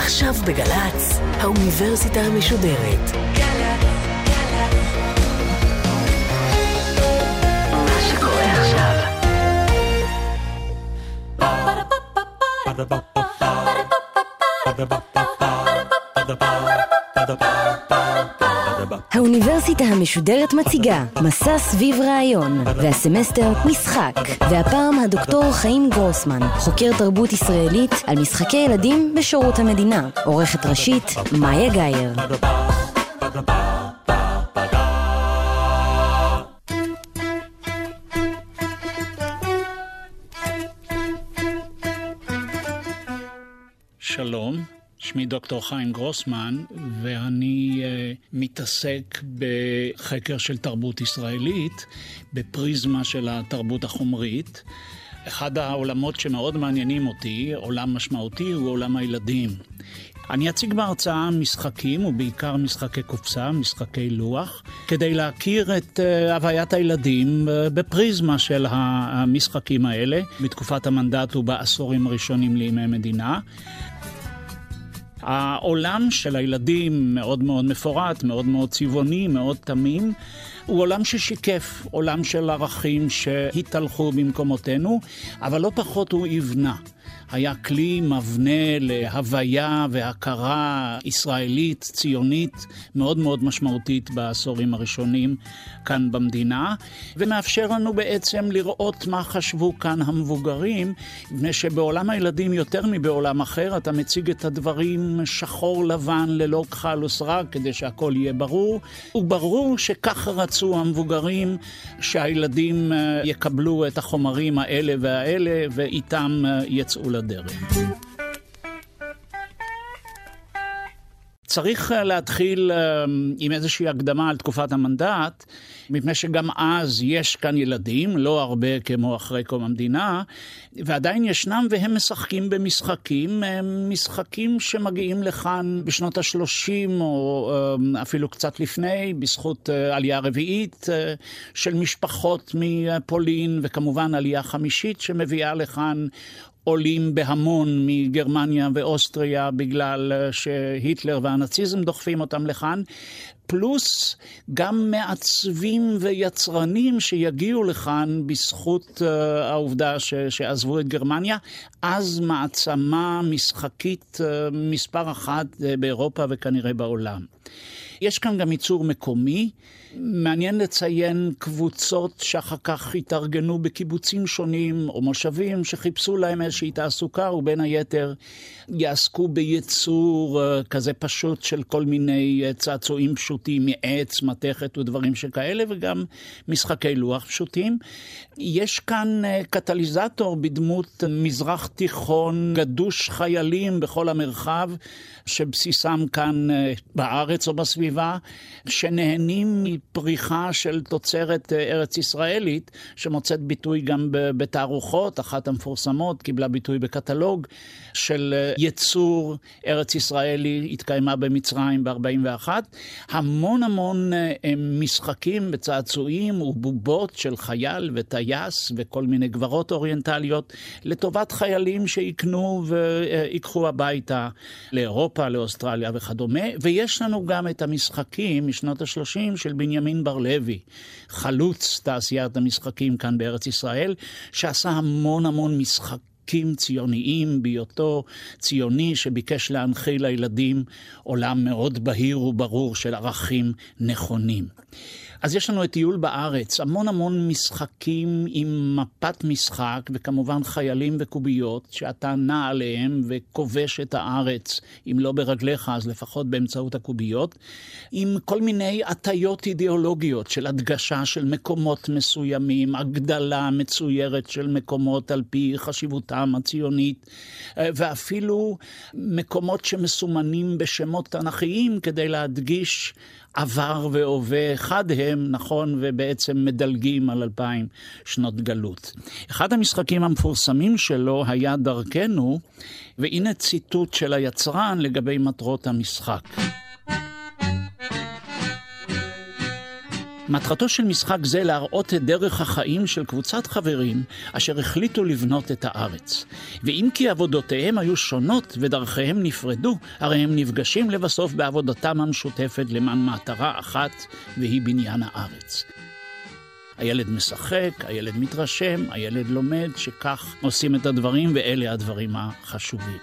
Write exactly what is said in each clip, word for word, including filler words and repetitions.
עכשיו בגלץ, האוניברסיטה המשודרת. מה שקורה עכשיו. האוניברסיטה המשודרת מציגה מסע סביב רעיון, והסמסטר משחק, והפעם הדוקטור חיים גרוסמן, חוקר תרבות ישראלית על משחקי ילדים בשירות המדינה, עורכת ראשית מאיה גייר. שלום, שמי דוקטור חיים גרוסמן, ואני uh, מתעסק בחקר של תרבות ישראלית, בפריזמה של התרבות החומרית. אחד העולמות שמאוד מעניינים אותי, עולם משמעותי, הוא עולם הילדים. אני אציג בהרצאה משחקים, ובעיקר משחקי קופסה, משחקי לוח, כדי להכיר את uh, הוויית הילדים uh, בפריזמה של המשחקים האלה, בתקופת המנדט ובעשורים הראשונים לימי מדינה. העולם של הילדים מאוד מאוד מפורט, מאוד מאוד צבעוני, מאוד תמים. הוא עולם ששיקף, עולם של ערכים שהתהלכו במקומותינו, אבל לא פחות הוא יבנה. היה כלי מבנה להוויה והכרה ישראלית, ציונית, מאוד מאוד משמעותית בעשורים הראשונים כאן במדינה, ומאפשר לנו בעצם לראות מה חשבו כאן המבוגרים, מפני שבעולם הילדים יותר מבעולם אחר, אתה מציג את הדברים שחור לבן ללא כחל וסרק, כדי שהכל יהיה ברור, וברור שכך רצו המבוגרים שהילדים יקבלו את החומרים האלה והאלה, ואיתם יצאו לדרך. צריך להתחיל עם איזושהי הקדמה על תקופת המנדט, מפני שגם אז יש כאן ילדים, לא הרבה כמו אחרי קום המדינה, ועדיין ישנם והם משחקים במשחקים, משחקים שמגיעים לכאן בשנות ה-שלושים או אפילו קצת לפני, בזכות עלייה רביעית של משפחות מפולין, וכמובן עלייה חמישית שמביאה לכאן עולים בהמון מגרמניה ואוסטריה בגלל שהיטלר והנאציזם דוחפים אותם לכאן, פלוס גם מעצבים ויצרנים שיגיעו לכאן בזכות uh, העובדה ש- שעזבו את גרמניה, אז מעצמה משחקית uh, מספר אחת uh, באירופה וכנראה בעולם. יש כאן גם ייצור מקומי, מעניין לציין קבוצות שאחר כך התארגנו בקיבוצים שונים או מושבים שחיפשו להם איזושהי תעסוקה, ובין היתר יעסקו בייצור כזה פשוט של כל מיני צעצועים פשוטים מעץ, מתכת ודברים שכאלה, וגם משחקי לוח פשוטים. יש כאן קטליזטור בדמות מזרח תיכון גדוש חיילים בכל המרחב, שבסיסם כאן בארץ או בסביבה, שנהנים מפריחה של תוצרת ארץ ישראלית, שמוצאת ביטוי גם בתערוכות. אחת המפורסמות קיבלה ביטוי בקטלוג של יצור ארץ ישראלי, התקיימה במצרים ב-ארבעים ואחת. המון המון משחקים בצעצועים ובובות של חייל וטייס וכל מיני גברות אוריינטליות, לטובת חיילים שיקנו ויקחו הביתה לאירופה, לאוסטרליה וכדומה. ויש לנו גם את המשחקים משנות ה-שלושים של בנימין בר לוי, חלוץ תעשיית המשחקים כאן בארץ ישראל, שעשה המון המון משחקים ציוניים, בהיותו ציוני שביקש להנחיל לילדים עולם מאוד בהיר וברור של ערכים נכונים. אז יש לנו את טיול בארץ, המון המון משחקים עם מפת משחק, וכמובן חיילים וקוביות שאתה נע עליהם וכובש את הארץ, אם לא ברגליך אז לפחות באמצעות הקוביות, עם כל מיני הטיות אידיאולוגיות של הדגשה של מקומות מסוימים, הגדלה מצוירת של מקומות על פי חשיבותם הציונית, ואפילו מקומות שמסומנים בשמות תנכיים כדי להדגיש עבר והווה, אחד הם, נכון, ובעצם מדלגים על אלפיים שנות גלות. אחד המשחקים המפורסמים שלו היה דרכנו, והנה ציטוט של היצרן לגבי מטרות המשחק. מטרתו של משחק זה להראות את דרך החיים של קבוצת חברים אשר החליטו לבנות את הארץ. ואם כי עבודותיהם היו שונות ודרכיהם נפרדו, הרי הם נפגשים לבסוף בעבודתם המשותפת למען מטרה אחת, והיא בניין הארץ. הילד משחק, הילד מתרשם, הילד לומד שכך עושים את הדברים, ואלה הדברים החשובים.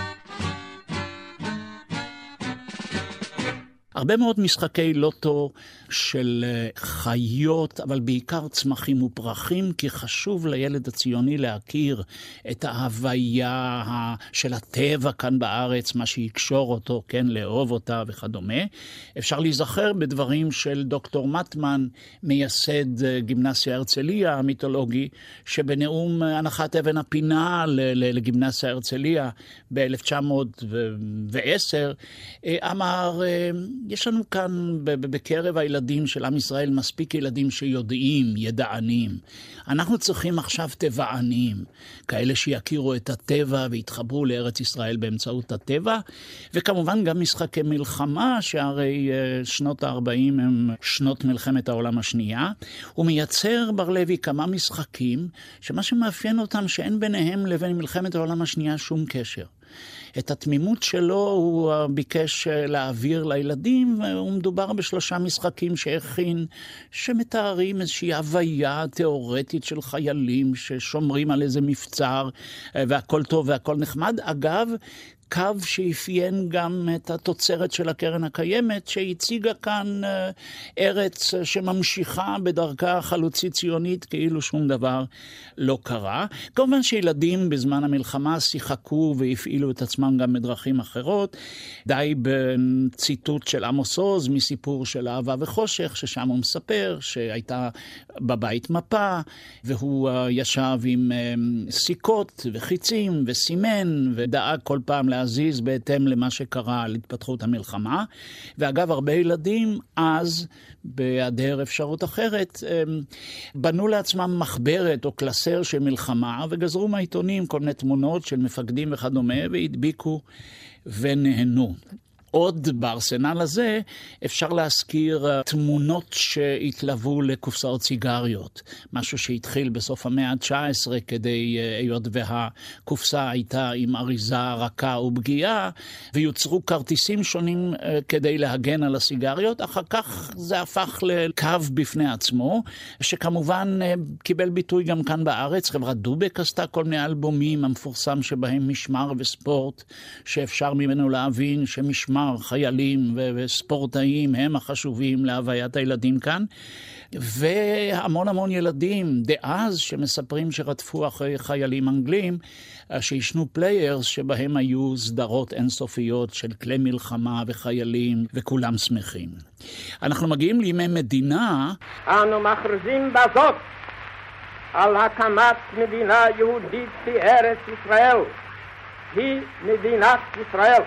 הרבה מאוד משחקי לוטו של חיות, אבל בעיקר צמחים ופרחים, כי חשוב לילד הציוני להכיר את ההוויה של הטבע כאן בארץ, מה שיקשור אותו, כן, לאהוב אותה וכדומה. אפשר להיזכר בדברים של דוקטור מטמן, מייסד גימנסיה הרצליה המיתולוגי, שבנאום הנחת אבן הפינה לגימנסיה הרצליה ב-אלף תשע מאות ועשר, אמר, יש לנו כאן בקרב הילדים של עם ישראל מספיק ילדים שיודעים, ידענים. אנחנו צריכים עכשיו טבענים, כאלה שיכירו את הטבע והתחברו לארץ ישראל באמצעות הטבע, וכמובן גם משחקי מלחמה, שהרי שנות ה-ארבעים הם שנות מלחמת העולם השנייה. הוא מייצר בר לוי כמה משחקים, שמה שמאפיין אותם שאין ביניהם לבין מלחמת העולם השנייה שום קשר. את התמימות שלו הוא ביקש להעביר לילדים, והוא מדובר בשלושה משחקים שהכין, שמתארים איזושהי הוויה תיאורטית של חיילים ששומרים על איזה מבצר, והכל טוב והכל נחמד. אגב, קו שאפיין גם את התוצרת של הקרן הקיימת, שהציגה כאן ארץ שממשיכה בדרכה החלוצית ציונית, כאילו שום דבר לא קרה. כמובן שילדים בזמן המלחמה שיחקו והפעילו את עצמם גם בדרכים אחרות. די בציטוט של עמוס עוז מסיפור של אהבה וחושך, ששם הוא מספר שהייתה בבית מפה, והוא ישב עם סיכות וחיצים וסימן, ודאג כל פעם להזיז בהתאם למה שקרה על התפתחות המלחמה. ואגב, הרבה ילדים אז, בהיעדר אפשרות אחרת, בנו לעצמם מחברת או קלסר של מלחמה, וגזרו מהעיתונים כל מיני תמונות של מפקדים וכדומה, והדביקו ונהנו. עוד בארסנל הזה אפשר להזכיר תמונות שהתלוו לקופסאות סיגריות, משהו שהתחיל בסוף המאה ה-תשע עשרה, כדי היות והקופסה הייתה עם אריזה רכה ופגיעה, ויוצרו כרטיסים שונים כדי להגן על הסיגריות. אחר כך זה הפך לקו בפני עצמו, שכמובן קיבל ביטוי גם כאן בארץ. חברת דובק עשתה כל מיני אלבומים, המפורסם שבהם משמר וספורט, שאפשר ממנו להבין שמשמר חיילים וספורטאים הם החשובים להוויית הילדים כאן, והמון המון ילדים דאז שמספרים שרדפו אחרי חיילים אנגלים שישנו פליירס שבהם היו סדרות אינסופיות של כלי מלחמה וחיילים, וכולם שמחים. אנחנו מגיעים לימי מדינה. אנו מכריזים בזאת על הקמת מדינה יהודית בארץ ישראל. היא מדינת ישראל.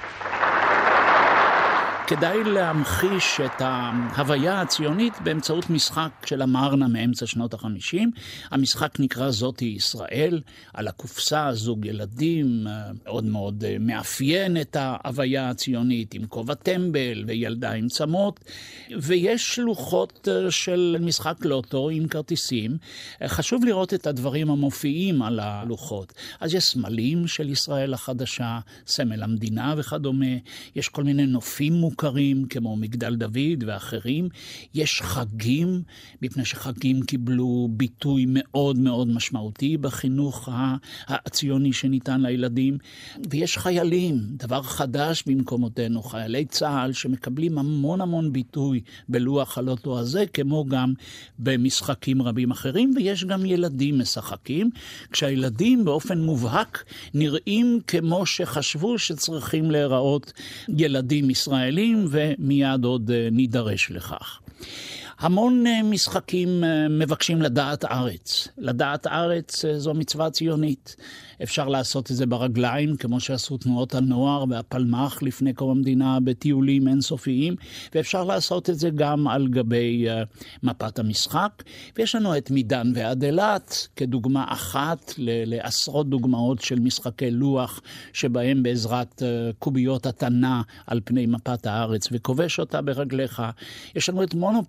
כדאי להמחיש את ההוויה הציונית באמצעות משחק של המרנה מאמצע שנות החמישים. המשחק נקרא זאתי ישראל. על הקופסה זוג ילדים מאוד מאוד מאפיין את ההוויה הציונית, עם כובע טמבל וילדה עם צמות, ויש שלוחות של משחק לוטו עם כרטיסים. חשוב לראות את הדברים המופיעים על הלוחות. אז יש סמלים של ישראל החדשה, סמל המדינה וכדומה. יש כל מיני נופים מוכרים כמו מגדל דוד ואחרים. יש חגים, מפני שחגים קיבלו ביטוי מאוד מאוד משמעותי בחינוך הציוני שניתן לילדים. ויש חיילים, דבר חדש במקומותינו, חיילי צה"ל שמקבלים המון המון ביטוי בלוח הלוטו הזה, כמו גם במשחקים רבים אחרים. ויש גם ילדים משחקים, כשהילדים באופן מובהק נראים כמו שחשבו שצריכים להיראות ילדים ישראלים, ומיד עוד נידרש לכך. המון משחקים מבקשים לדעת ארץ. לדעת ארץ זו מצווה ציונית. אפשר לעשות את זה ברגליים, כמו שעשו תנועות הנוער והפלמ"ח לפני קום המדינה בטיולים אינסופיים, ואפשר לעשות את זה גם על גבי מפת המשחק. ויש לנו את מידן ועד אילת כדוגמה אחת לעשרות דוגמאות של משחקי לוח, שבהם בעזרת קוביות התנה על פני מפת הארץ וכובש אותה ברגליך. יש לנו את מונופול.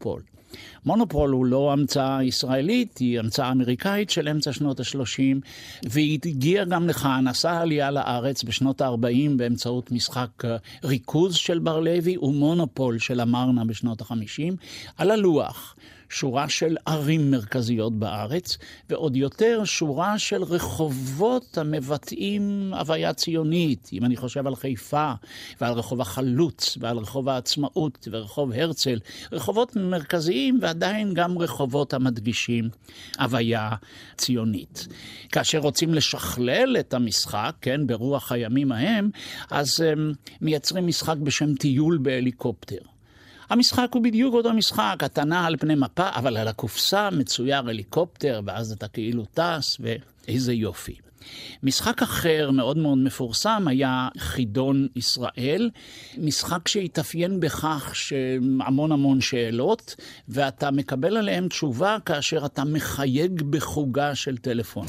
מונופול הוא לא המצאה ישראלית, היא המצאה אמריקאית של אמצע שנות ה-שלושים, והיא הגיעה גם לכאן, עשה עלייה לארץ בשנות ה-ארבעים באמצעות משחק ריכוז של בר לוי ומונופול של המרנה בשנות ה-חמישים, על הלוח. שורה של ערים מרכזיות בארץ, ועוד יותר שורה של רחובות המבטאים הוויה ציונית. אם אני חושב על חיפה, ועל רחוב החלוץ, ועל רחוב העצמאות, ורחוב הרצל, רחובות מרכזיים ועדיין גם רחובות המדגישים הוויה ציונית. כאשר רוצים לשכלל את המשחק, כן, ברוח הימים ההם, אז um, מייצרים משחק בשם טיול בהליקופטר. המשחק הוא בדיוק אותו משחק, אתה נע על פני מפה, אבל על הקופסה מצויר הליקופטר, ואז אתה כאילו טס, ואיזה יופי. משחק אחר מאוד מאוד מפורסם היה חידון ישראל, משחק שהתאפיין בכך שהמון המון שאלות, ואתה מקבל עליהם תשובה כאשר אתה מחייג בחוגה של טלפון.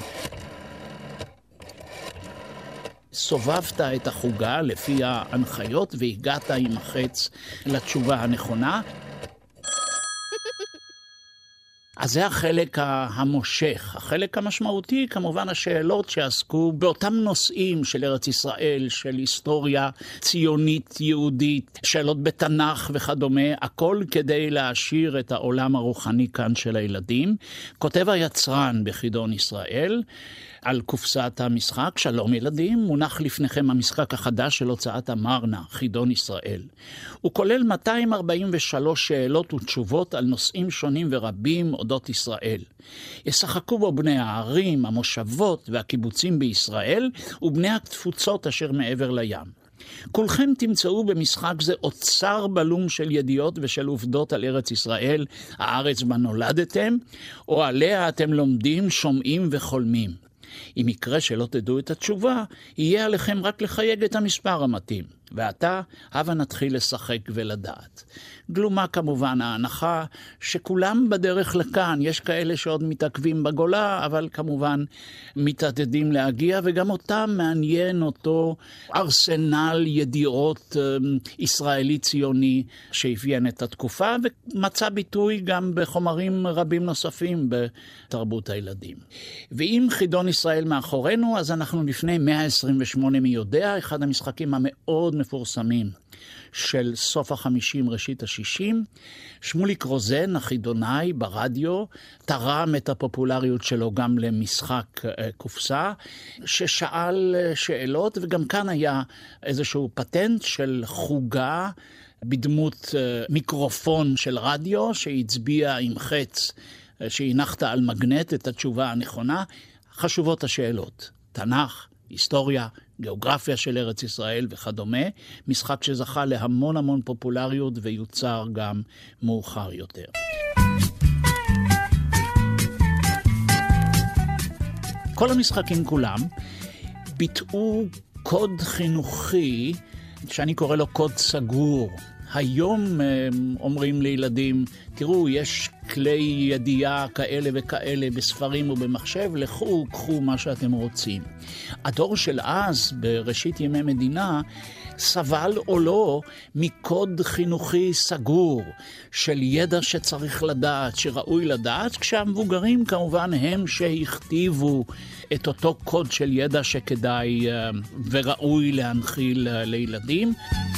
סובבת את החוגה לפי ההנחיות והגעת עם החץ לתשובה הנכונה. אז זה החלק המושך. החלק המשמעותי, כמובן השאלות שעסקו באותם נושאים של ארץ ישראל, של היסטוריה ציונית, יהודית, שאלות בתנ"ך וכדומה, הכל כדי להעשיר את העולם הרוחני כאן של הילדים. כותב היצרן בחידון ישראל, על קופסת המשחק, שלום ילדים, מונח לפניכם המשחק החדש של הוצאת המרנה, חידון ישראל. הוא כולל מאתיים ארבעים ושלוש שאלות ותשובות על נושאים שונים ורבים אודות ישראל. ישחקו בו בני הערים, המושבות והקיבוצים בישראל, ובני התפוצות אשר מעבר לים. כולכם תמצאו במשחק זה אוצר בלום של ידיעות ושל עובדות על ארץ ישראל, הארץ בה נולדתם, או עליה אתם לומדים, שומעים וחולמים. אם יקרה שלא תדעו את התשובה, יהיה עליכם רק לחייג את המספר המתאים. ועתה, הבה נתחיל לשחק ולדעת. גלומה כמובן ההנחה שכולם בדרך לכאן, יש כאלה שעוד מתעכבים בגולה, אבל כמובן מתעתדים להגיע, וגם אותם מעניין אותו ארסנל ידיעות ישראלי ציוני שהפיין את התקופה, ומצא ביטוי גם בחומרים רבים נוספים בתרבות הילדים. ואם חידון ישראל מאחורינו, אז אנחנו לפני מאה עשרים ושמונה מי יודע, אחד המשחקים המאוד מפורסמים של סוף החמישים, ראשית השישים. שמוליק רוזן, החידונאי ברדיו, תרם את הפופולריות שלו גם למשחק קופסה, ששאל שאלות, וגם כאן היה איזשהו פטנט של חוגה בדמות מיקרופון של רדיו, שהצביע עם חץ שהנחת על מגנט את התשובה הנכונה. חשובות השאלות, תנ"ך, היסטוריה, גיאוגרפיה של ארץ ישראל וכדומה, משחק שזכה להמון המון פופולריות ויוצר גם מאוחר יותר. כל המשחקים כולם ביטאו קוד חינוכי שאני קורא לו קוד סגור. היום אומרים לילדים, תראו, יש כלי ידיעה כאלה וכאלה בספרים ובמחשב, לכו, קחו מה שאתם רוצים. הדור של אז, בראשית ימי מדינה, סבל או לא מקוד חינוכי סגור, של ידע שצריך לדעת, שראוי לדעת, כשהמבוגרים כמובן הם שהכתיבו את אותו קוד של ידע שכדאי וראוי להנחיל לילדים.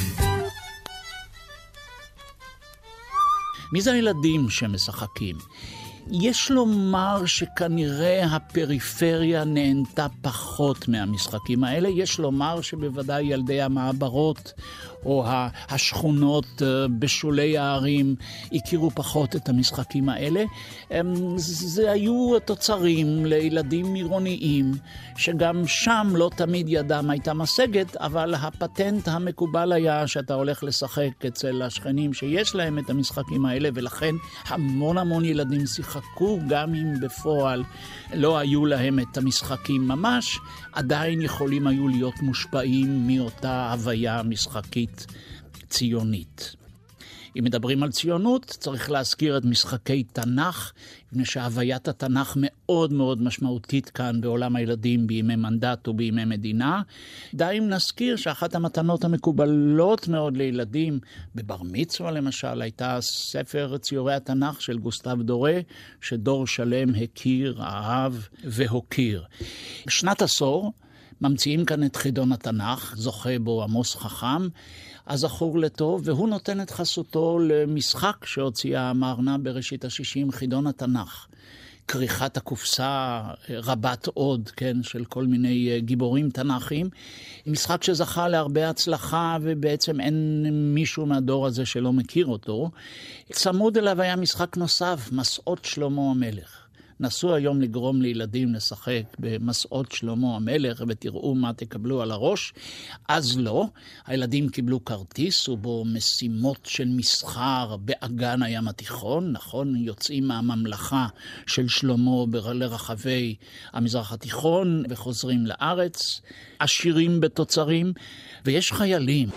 מי זה הילדים שמשחקים? יש לומר שכנראה הפריפריה נהנתה פחות מהמשחקים האלה. יש לומר שבוודאי ילדי המעברות או השכונות בשולי הערים הכירו פחות את המשחקים האלה. זה היו תוצרים לילדים עירוניים, שגם שם לא תמיד ידם הייתה משגת, אבל הפטנט המקובל היה שאתה הולך לשחק אצל השכנים שיש להם את המשחקים האלה, ולכן המון המון ילדים שיחקו, גם אם בפועל לא היו להם את המשחקים ממש, עדיין יכולים היו להיות מושפעים מאותה הוויה משחקית ציונית. אם מדברים על ציונות, צריך להזכיר את משחקי תנ"ך, מפני שהוויית התנ"ך מאוד מאוד משמעותית כאן בעולם הילדים בימי מנדט ובימי מדינה. די אם נזכיר שאחת המתנות המקובלות מאוד לילדים, בבר מצווה למשל, הייתה ספר ציורי התנ"ך של גוסטב דורה, שדור שלם הכיר, אהב והוקיר. בשנת עשור ממציאים כאן את חידון התנ"ך, זוכה בו עמוס חכם, הזכור לטוב, והוא נותן את חסותו למשחק שהוציאה המהרנה בראשית השישים, חידון התנ"ך. כריכת הקופסה רבת עוד, כן, של כל מיני גיבורים תנ"כיים. משחק שזכה להרבה הצלחה, ובעצם אין מישהו מהדור הזה שלא מכיר אותו. צמוד אליו היה משחק נוסף, מסעות שלמה המלך. נסו היום לגרום לילדים לשחק במסעות שלמה המלך, ותראו מה תקבלו על הראש. אז לא, הילדים קיבלו כרטיס, ובו משימות של מסחר באגן הים התיכון, נכון? יוצאים מהממלכה של שלמה לרחבי המזרח התיכון, וחוזרים לארץ, עשירים בתוצרים, ויש חיילים.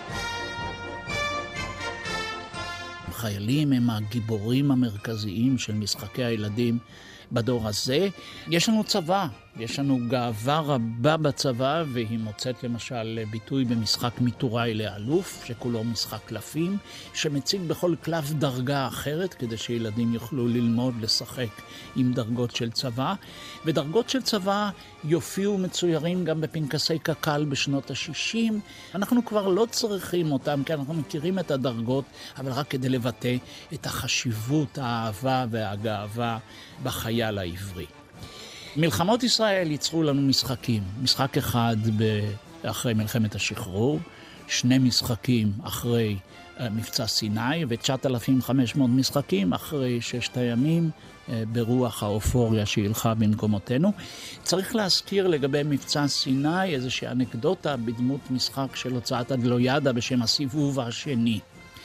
חיילים הם הגיבורים המרכזיים של משחקי הילדים בדור הזה. יש לנו צבא, יש לנו גאווה רבה בצבא, והיא מוצאת למשל ביטוי במשחק מיתוראי לאלוף, שכולו משחק קלפים, שמציג בכל קלף דרגה אחרת, כדי שילדים יוכלו ללמוד לשחק עם דרגות של צבא. ודרגות של צבא יופיעו מצוירים גם בפנקסי קק"ל בשנות ה-שישים. אנחנו כבר לא צריכים אותם, כי אנחנו מכירים את הדרגות, אבל רק כדי לבטא את החשיבות, האהבה והגאווה בחייל העברי. מלחמות ישראל ייצרו לנו משחקים. משחק אחד אחרי מלחמת השחרור, שני משחקים אחרי מבצע סיני, ו-תשעת אלפים וחמש מאות משחקים אחרי ששת הימים, ברוח האופוריה שהלכה במקומותינו. צריך להזכיר לגבי מבצע סיני איזושהי אנקדוטה בדמות משחק של הוצאת הדלוידה בשם הסיבוב השני.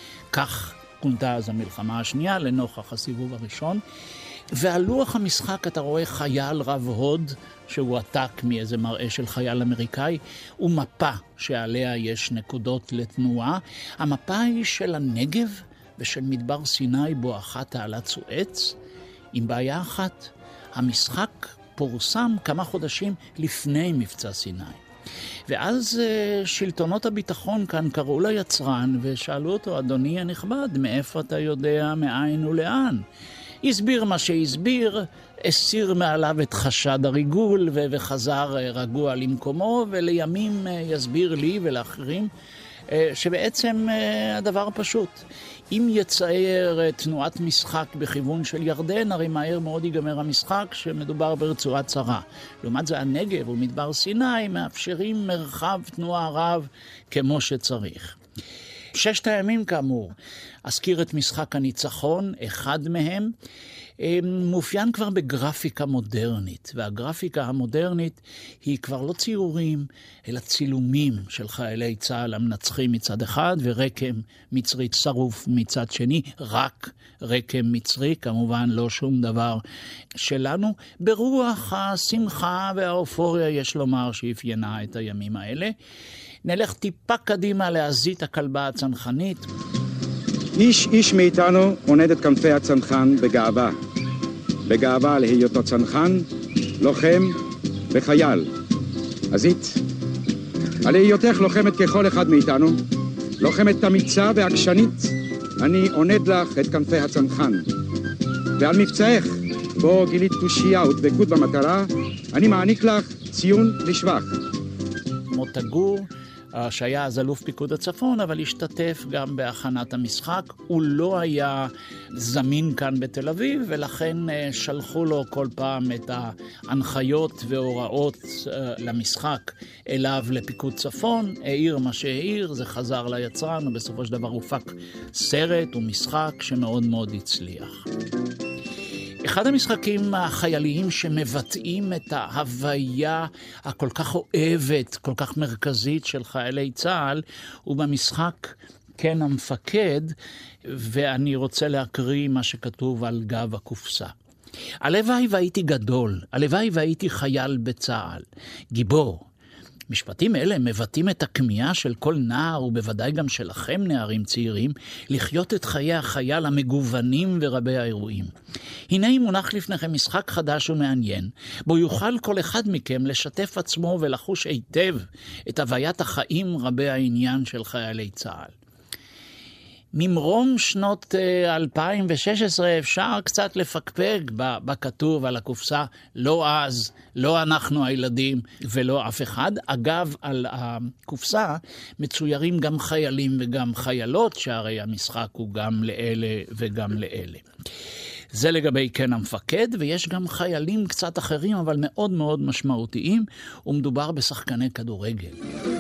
כך כונתה אז המלחמה השנייה לנוכח הסיבוב הראשון. ועל לוח המשחק אתה רואה חייל רב הוד שהוא עתק מאיזה מראה של חייל אמריקאי, ומפה שעליה יש נקודות לתנועה. המפה היא של הנגב ושל מדבר סיני בואכה תעלת סואץ, עם בעיה אחת: המשחק פורסם כמה חודשים לפני מבצע סיני. ואז שלטונות הביטחון כאן קראו ליצרן ושאלו אותו, אדוני הנכבד, מאיפה אתה יודע מאין ולאן? הסביר מה שהסביר, הסיר מעליו את חשד הריגול ו- וחזר רגוע למקומו, ולימים יסביר לי ולאחרים שבעצם הדבר פשוט. אם יצייר תנועת משחק בכיוון של ירדן, הרי מהר מאוד ייגמר המשחק שמדובר ברצועת צרה. לעומת זה הנגב ומדבר סיני מאפשרים מרחב תנועה רב כמו שצריך. ששת הימים כאמור, אזכיר את משחק הניצחון, אחד מהם, מופיין כבר בגרפיקה מודרנית, והגרפיקה המודרנית היא כבר לא ציורים, אלא צילומים של חיילי צה"ל המנצחים מצד אחד, ורקם מצרי צרוף מצד שני, רק רקם מצרי, כמובן לא שום דבר שלנו, ברוח השמחה והאופוריה יש לומר שאפיינה את הימים האלה. נלך טיפה קדימה להזית הכלבה הצנחנית. איש איש מאיתנו עונד את כנפי הצנחן בגאווה. בגאווה על היותו צנחן, לוחם וחייל. עזית, על היותך לוחמת ככל אחד מאיתנו, לוחמת אמיצה ועקשנית, אני עונד לך את כנפי הצנחן. ועל מבצעך, בו גילית תושייה ודבקות במטרה, אני מעניק לך ציון לשבח. מוטה גור, שהיה אז אלוף פיקוד הצפון, אבל השתתף גם בהכנת המשחק. הוא לא היה זמין כאן בתל אביב, ולכן שלחו לו כל פעם את ההנחיות והוראות למשחק אליו לפיקוד צפון. העיר מה שהעיר, זה חזר ליצרן, ובסופו של דבר הופק סרט ומשחק שמאוד מאוד הצליח. אחד המשחקים החייליים שמבטאים את ההוויה הכל כך אוהבת, כל כך מרכזית של חיילי צה"ל, הוא במשחק כן המפקד, ואני רוצה להקריא מה שכתוב על גב הקופסה. הלוואי והייתי גדול, הלוואי והייתי חייל בצה"ל, גיבור, משפטים אלה מבטאים את הכמיהה של כל נער, ובוודאי גם שלכם נערים צעירים, לחיות את חיי החייל המגוונים ורבי האירועים. הנה מונח לפניכם משחק חדש ומעניין, בו יוכל כל אחד מכם לשתף עצמו ולחוש היטב את הוויית החיים רבי העניין של חיילי צה"ל. ממרום שנות אלפיים ושש עשרה אפשר קצת לפקפק בכתוב על הקופסה, לא אז, לא אנחנו הילדים ולא אף אחד. אגב, על הקופסה מצוירים גם חיילים וגם חיילות, שהרי המשחק הוא גם לאלה וגם לאלה. זה לגבי כן המפקד, ויש גם חיילים קצת אחרים, אבל מאוד מאוד משמעותיים, ומדובר בשחקני כדורגל.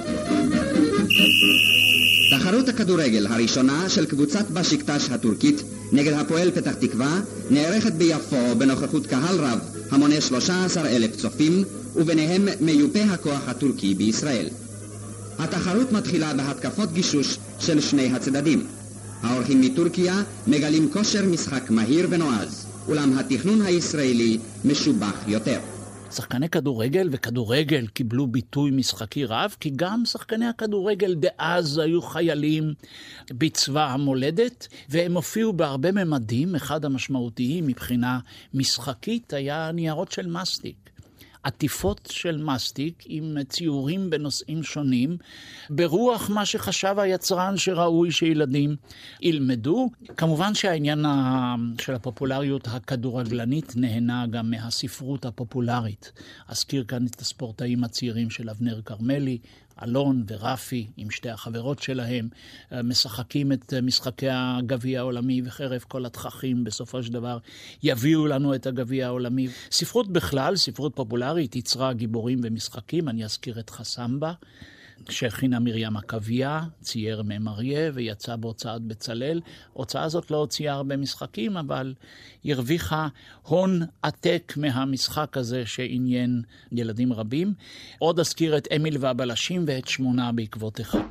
תחרות הכדורגל הראשונה של קבוצת בשיקטש הטורקית נגד הפועל פתח תקווה נערכת ביפו בנוכחות קהל רב המונה שלושה עשר אלף צופים, וביניהם מיופי הכוח הטורקי בישראל. התחרות מתחילה בהתקפות גישוש של שני הצדדים. האורחים מטורקיה מגלים כושר משחק מהיר ונועז, אולם התכנון הישראלי משובח יותר. שחקני כדורגל וכדורגל קיבלו ביטוי משחקי רב, כי גם שחקני הכדורגל דאז היו חיילים בצבא המולדת, והם הופיעו בהרבה ממדים. אחד המשמעותיים מבחינה משחקית היה ניירות של מסטיק. עטיפות של מסטיק עם ציורים בנושאים שונים, ברוח מה שחשב היצרן שראוי שילדים ילמדו. כמובן שהעניין של הפופולריות הכדורגלנית נהנה גם מהספרות הפופולרית. אזכיר כאן את הספורטאים הצעירים של אבנר קרמלי, אלון ורפי עם שתי החברות שלהם, משחקים את משחקי הגביע העולמי, וחרף כל התככים בסופו של דבר יביאו לנו את הגביע העולמי. ספרות בכלל, ספרות פופולרית, יצרה גיבורים ומשחקים. אני אזכיר את חסמבה, שהכינה מרים עקביה, צייר מם אריה ויצא בהוצאת בצלאל. הוצאה הזאת לא הוציאה הרבה משחקים, אבל הרוויחה הון עתק מהמשחק הזה שעניין ילדים רבים. עוד אזכיר את אמיל והבלשים ואת שמונה בעקבות אחד.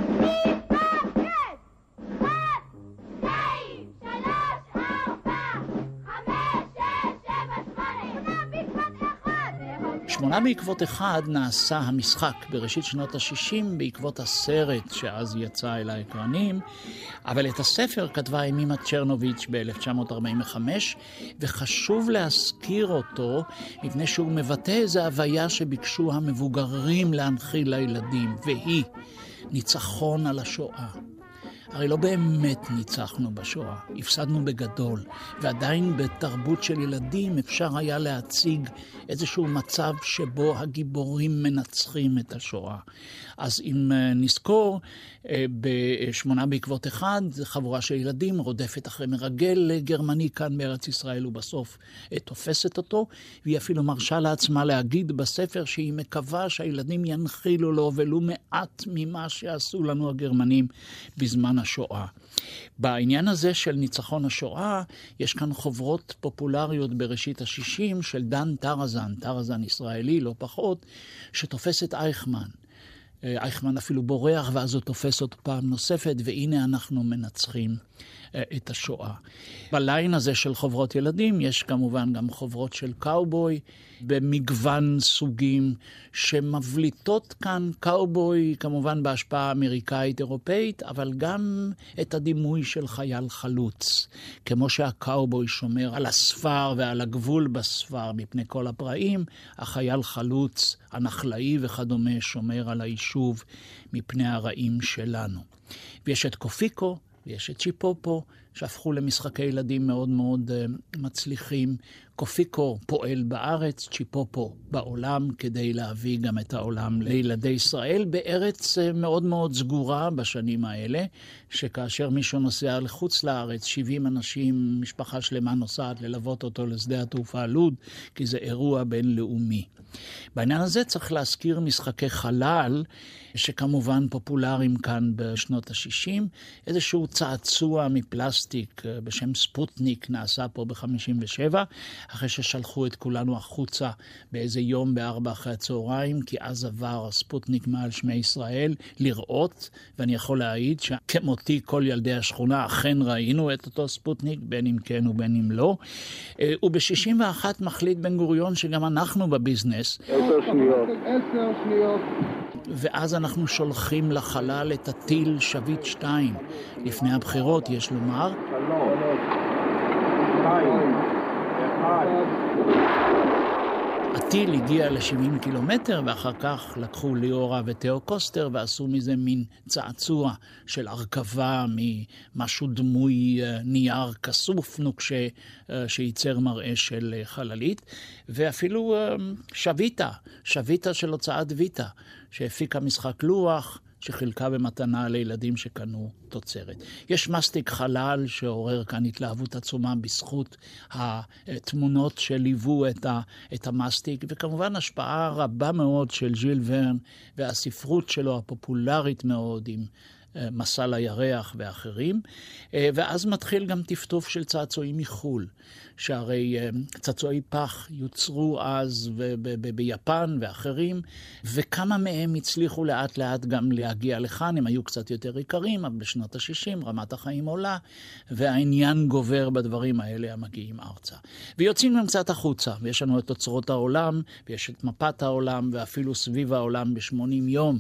שמונה בעקבות אחד נעשה המשחק בראשית שנות ה-שישים בעקבות הסרט שאז יצא אל האקרנים, אבל את הספר כתבה אמימה צ'רנוביץ' ב-אלף תשע מאות ארבעים וחמש, וחשוב להזכיר אותו מפני שהוא מבטא איזו הוויה שביקשו המבוגרים להנחיל לילדים, והיא ניצחון על השואה. הרי לא באמת ניצחנו בשואה, הפסדנו בגדול, ועדיין בתרבות של ילדים אפשר היה להציג איזשהו מצב שבו הגיבורים מנצחים את השואה. אז אם נזכור, בשמונה בעקבות אחד, חבורה של ילדים רודפת אחרי מרגל גרמני כאן בארץ ישראל, ובסוף תופסת אותו, והיא אפילו מרשה לעצמה להגיד בספר שהיא מקווה שהילדים ינחילו לו ולו מעט ממה שעשו לנו הגרמנים בזמן השואה. בעניין הזה של ניצחון השואה, יש כאן חוברות פופולריות בראשית השישים של דן טרזן, טרזן ישראלי לא פחות, שתופס את אייכמן. אייכמן אפילו בורח, ואז הוא תופס אותו פעם נוספת, והנה אנחנו מנצחים את השואה. בליין הזה של חוברות ילדים יש כמובן גם חוברות של קאובוי, במגוון סוגים שמבליטות כאן קאובוי, כמובן בהשפעה אמריקאית אירופאית, אבל גם את הדימוי של חייל חלוץ. כמו שהקאובוי שומר על הספר ועל הגבול בספר מפני כל הפרעים, החייל חלוץ, הנחלאי וכדומה שומר על היישוב מפני הרעים שלנו. ויש את קופיקו, ויש את צ'יפופו, שהפכו למשחקי ילדים מאוד מאוד uh, מצליחים. קופיקו פועל בארץ, צ'יפופו בעולם, כדי להביא גם את העולם לילדי ישראל, בארץ uh, מאוד מאוד סגורה בשנים האלה, שכאשר מישהו נוסע לחוץ לארץ, שבעים אנשים, משפחה שלמה נוסעת ללוות אותו לשדה התעופה לוד, כי זה אירוע בינלאומי. בעניין הזה צריך להזכיר משחקי חלל, שכמובן פופולריים כאן בשנות ה-שישים, איזשהו צעצוע מפלסטיק בשם ספוטניק נעשה פה ב-חמישים ושבע, אחרי ששלחו את כולנו החוצה באיזה יום בארבע אחרי הצהריים, כי אז עבר הספוטניק מעל שמי ישראל לראות, ואני יכול להעיד שכמותי כל ילדי השכונה אכן ראינו את אותו ספוטניק, בין אם כן ובין אם לא. וב-שישים ואחת מחליט בן גוריון שגם אנחנו בביזנס. עשר שניות. עשר שניות. ואז אנחנו שולחים לחלל את הטיל שביט שתיים. לפני הבחירות, יש לומר. הטיל הגיע ל-שבעים קילומטר, ואחר כך לקחו ליאורה ותיאו קוסטר ועשו מזה מין צעצוע של הרכבה ממשהו דמוי נייר כסוף נוקשה שייצר מראה של חללית, ואפילו שביטה, שביטה של הוצאת ויטה, שהפיקה משחק לוח, שחילקה במתנה לילדים שקנו תוצרת. יש מסטיק חלל שעורר כאן התלהבות עצומה בזכות התמונות שליוו את, ה, את המסטיק, וכמובן השפעה רבה מאוד של ז'יל ורן והספרות שלו הפופולרית מאוד עם מסע לירח ואחרים, ואז מתחיל גם טפטוף של צעצועים מחול, שהרי צעצועי פח יוצרו אז ב- ב- ב- ביפן ואחרים, וכמה מהם הצליחו לאט לאט גם להגיע לכאן, הם היו קצת יותר יקרים, אבל בשנות ה-שישים רמת החיים עולה, והעניין גובר בדברים האלה המגיעים ארצה. ויוצאים גם קצת החוצה, ויש לנו את אוצרות העולם, ויש את מפת העולם, ואפילו סביב העולם ב-שמונים יום.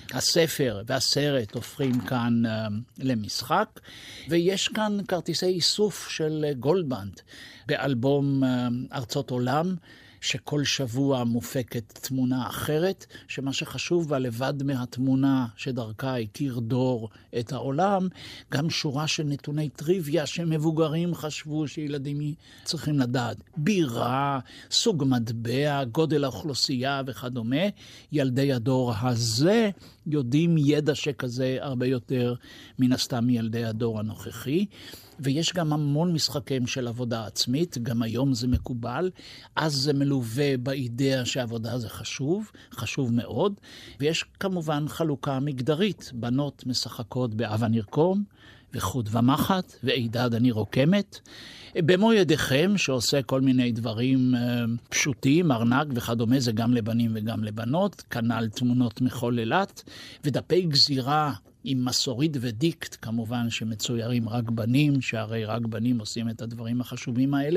הספר והסרט הופכים כאן uh, למשחק, ויש כאן כרטיסי איסוף של uh, גולדבנד, באלבום uh, ארצות עולם, שכל שבוע מופקת תמונה אחרת, שמה שחשוב בה לבד מהתמונה שדרכה הכיר דור את העולם, גם שורה של נתוני טריוויה שמבוגרים חשבו שילדים צריכים לדעת. בירה, סוג מטבע, גודל האוכלוסייה וכדומה. ילדי הדור הזה יודעים ידע שכזה הרבה יותר מן הסתם מילדי הדור הנוכחי. ויש גם המון משחקים של עבודה עצמית, גם היום זה מקובל, אז זה מלווה באידאה שעבודה זה חשוב, חשוב מאוד, ויש כמובן חלוקה מגדרית, בנות משחקות באב הנרקום, וחוד ומחת, ועידד אני רוקמת, במו ידיכם שעושה כל מיני דברים פשוטים, ארנק וכדומה, זה גם לבנים וגם לבנות, כנ"ל תמונות מכל אילת, ודפי גזירה, עם מסורית ודיקט, כמובן שמצוירים רק בנים, שהרי רק בנים עושים את הדברים החשובים האלה.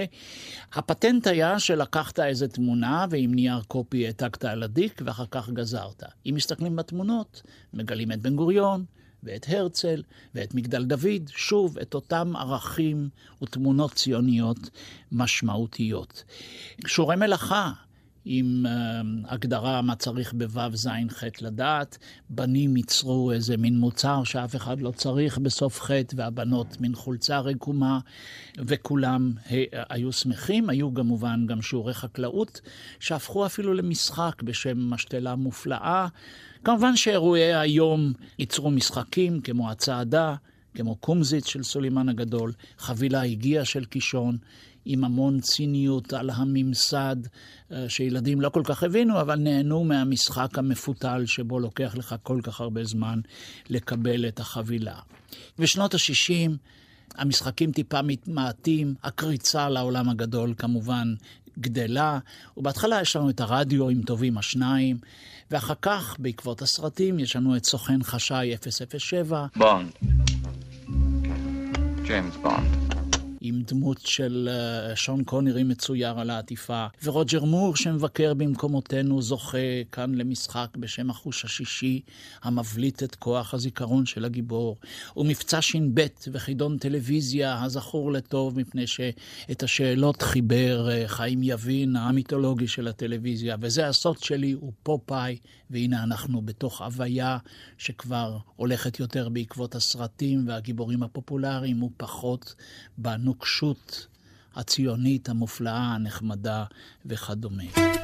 הפטנט היה שלקחת איזה תמונה, ועם נייר קופי העתקת על הדיק, ואחר כך גזרת. אם מסתכלים בתמונות, מגלים את בן גוריון, ואת הרצל, ואת מגדל דוד, שוב, את אותם ערכים ותמונות ציוניות משמעותיות. שורי מלאכה, עם uh, הגדרה מה צריך בוו זין ח' לדעת, בנים ייצרו איזה מין מוצר שאף אחד לא צריך בסוף ח', והבנות מין חולצה רקומה, וכולם ה- היו שמחים. היו כמובן גם שיעורי חקלאות, שהפכו אפילו למשחק בשם משתלה מופלאה. כמובן שאירועי היום ייצרו משחקים כמו הצעדה, כמו קומזיץ של סולימן הגדול, חבילה הגיעה של קישון, עם המון ציניות על הממסד, שילדים לא כל כך הבינו, אבל נהנו מהמשחק המפותל שבו לוקח לך כל כך הרבה זמן לקבל את החבילה. בשנות ה-שישים המשחקים טיפה מתמעטים, הקריצה לעולם הגדול כמובן גדלה, ובהתחלה יש לנו את הרדיו עם טובים השניים, ואחר כך בעקבות הסרטים יש לנו את סוכן חשאי אפס אפס שבע. בונד. ג'יימס בונד. עם דמות של uh, שון קונרי מצויר על העטיפה, ורוג'ר מור שמבקר במקומותינו זוכה כאן למשחק בשם החוש השישי, המבליט את כוח הזיכרון של הגיבור, ומבצע שין בית וחידון טלוויזיה הזכור לטוב, מפני שאת השאלות חיבר uh, חיים יבין, המיתולוגי של הטלוויזיה, וזה הסוד שלי, הוא פופאי, והנה אנחנו בתוך הוויה שכבר הולכת יותר בעקבות הסרטים והגיבורים הפופולריים, ופחות בנוקשות הציונית המופלאה, הנחמדה וכדומה.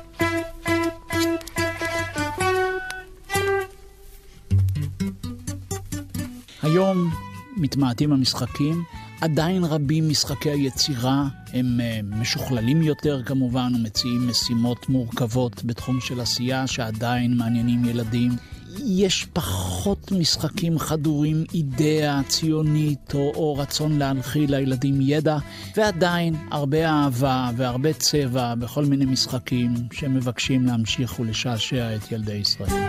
היום מתמעטים המשחקים, עדיין רבים משחקי היצירה, הם משוכללים יותר כמובן, ומציעים משימות מורכבות בתחום של עשייה שעדיין מעניינים ילדים. יש פחות משחקים חדורים אידאה ציונית או, או רצון להנחיל לילדים ידע, ועדיין הרבה אהבה והרבה צבע בכל מיני משחקים שמבקשים להמשיך ולשעשע את ילדי ישראל.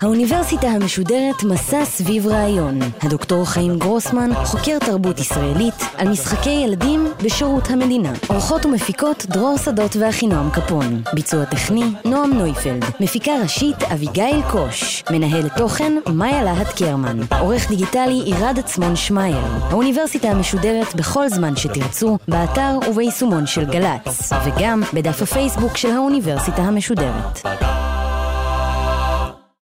האוניברסיטה המשודרת מסע סביב רעיון. הדוקטור חיים גרוסמן חוקר תרבות ישראלית על משחקי ילדים בשירות המדינה. עורכות ומפיקות דרור שדות ואחינועם קפון. ביצוע טכני נועם נויפלד. מפיקה ראשית אביגיל קוש. מנהלת תוכן מאיה להט קרמן. עורך דיגיטלי עירד עצמון שמייר. האוניברסיטה המשודרת בכל זמן שתרצו, באתר וביישומון של גל"צ, וגם בדף הפייסבוק של האוניברסיטה המשודרת.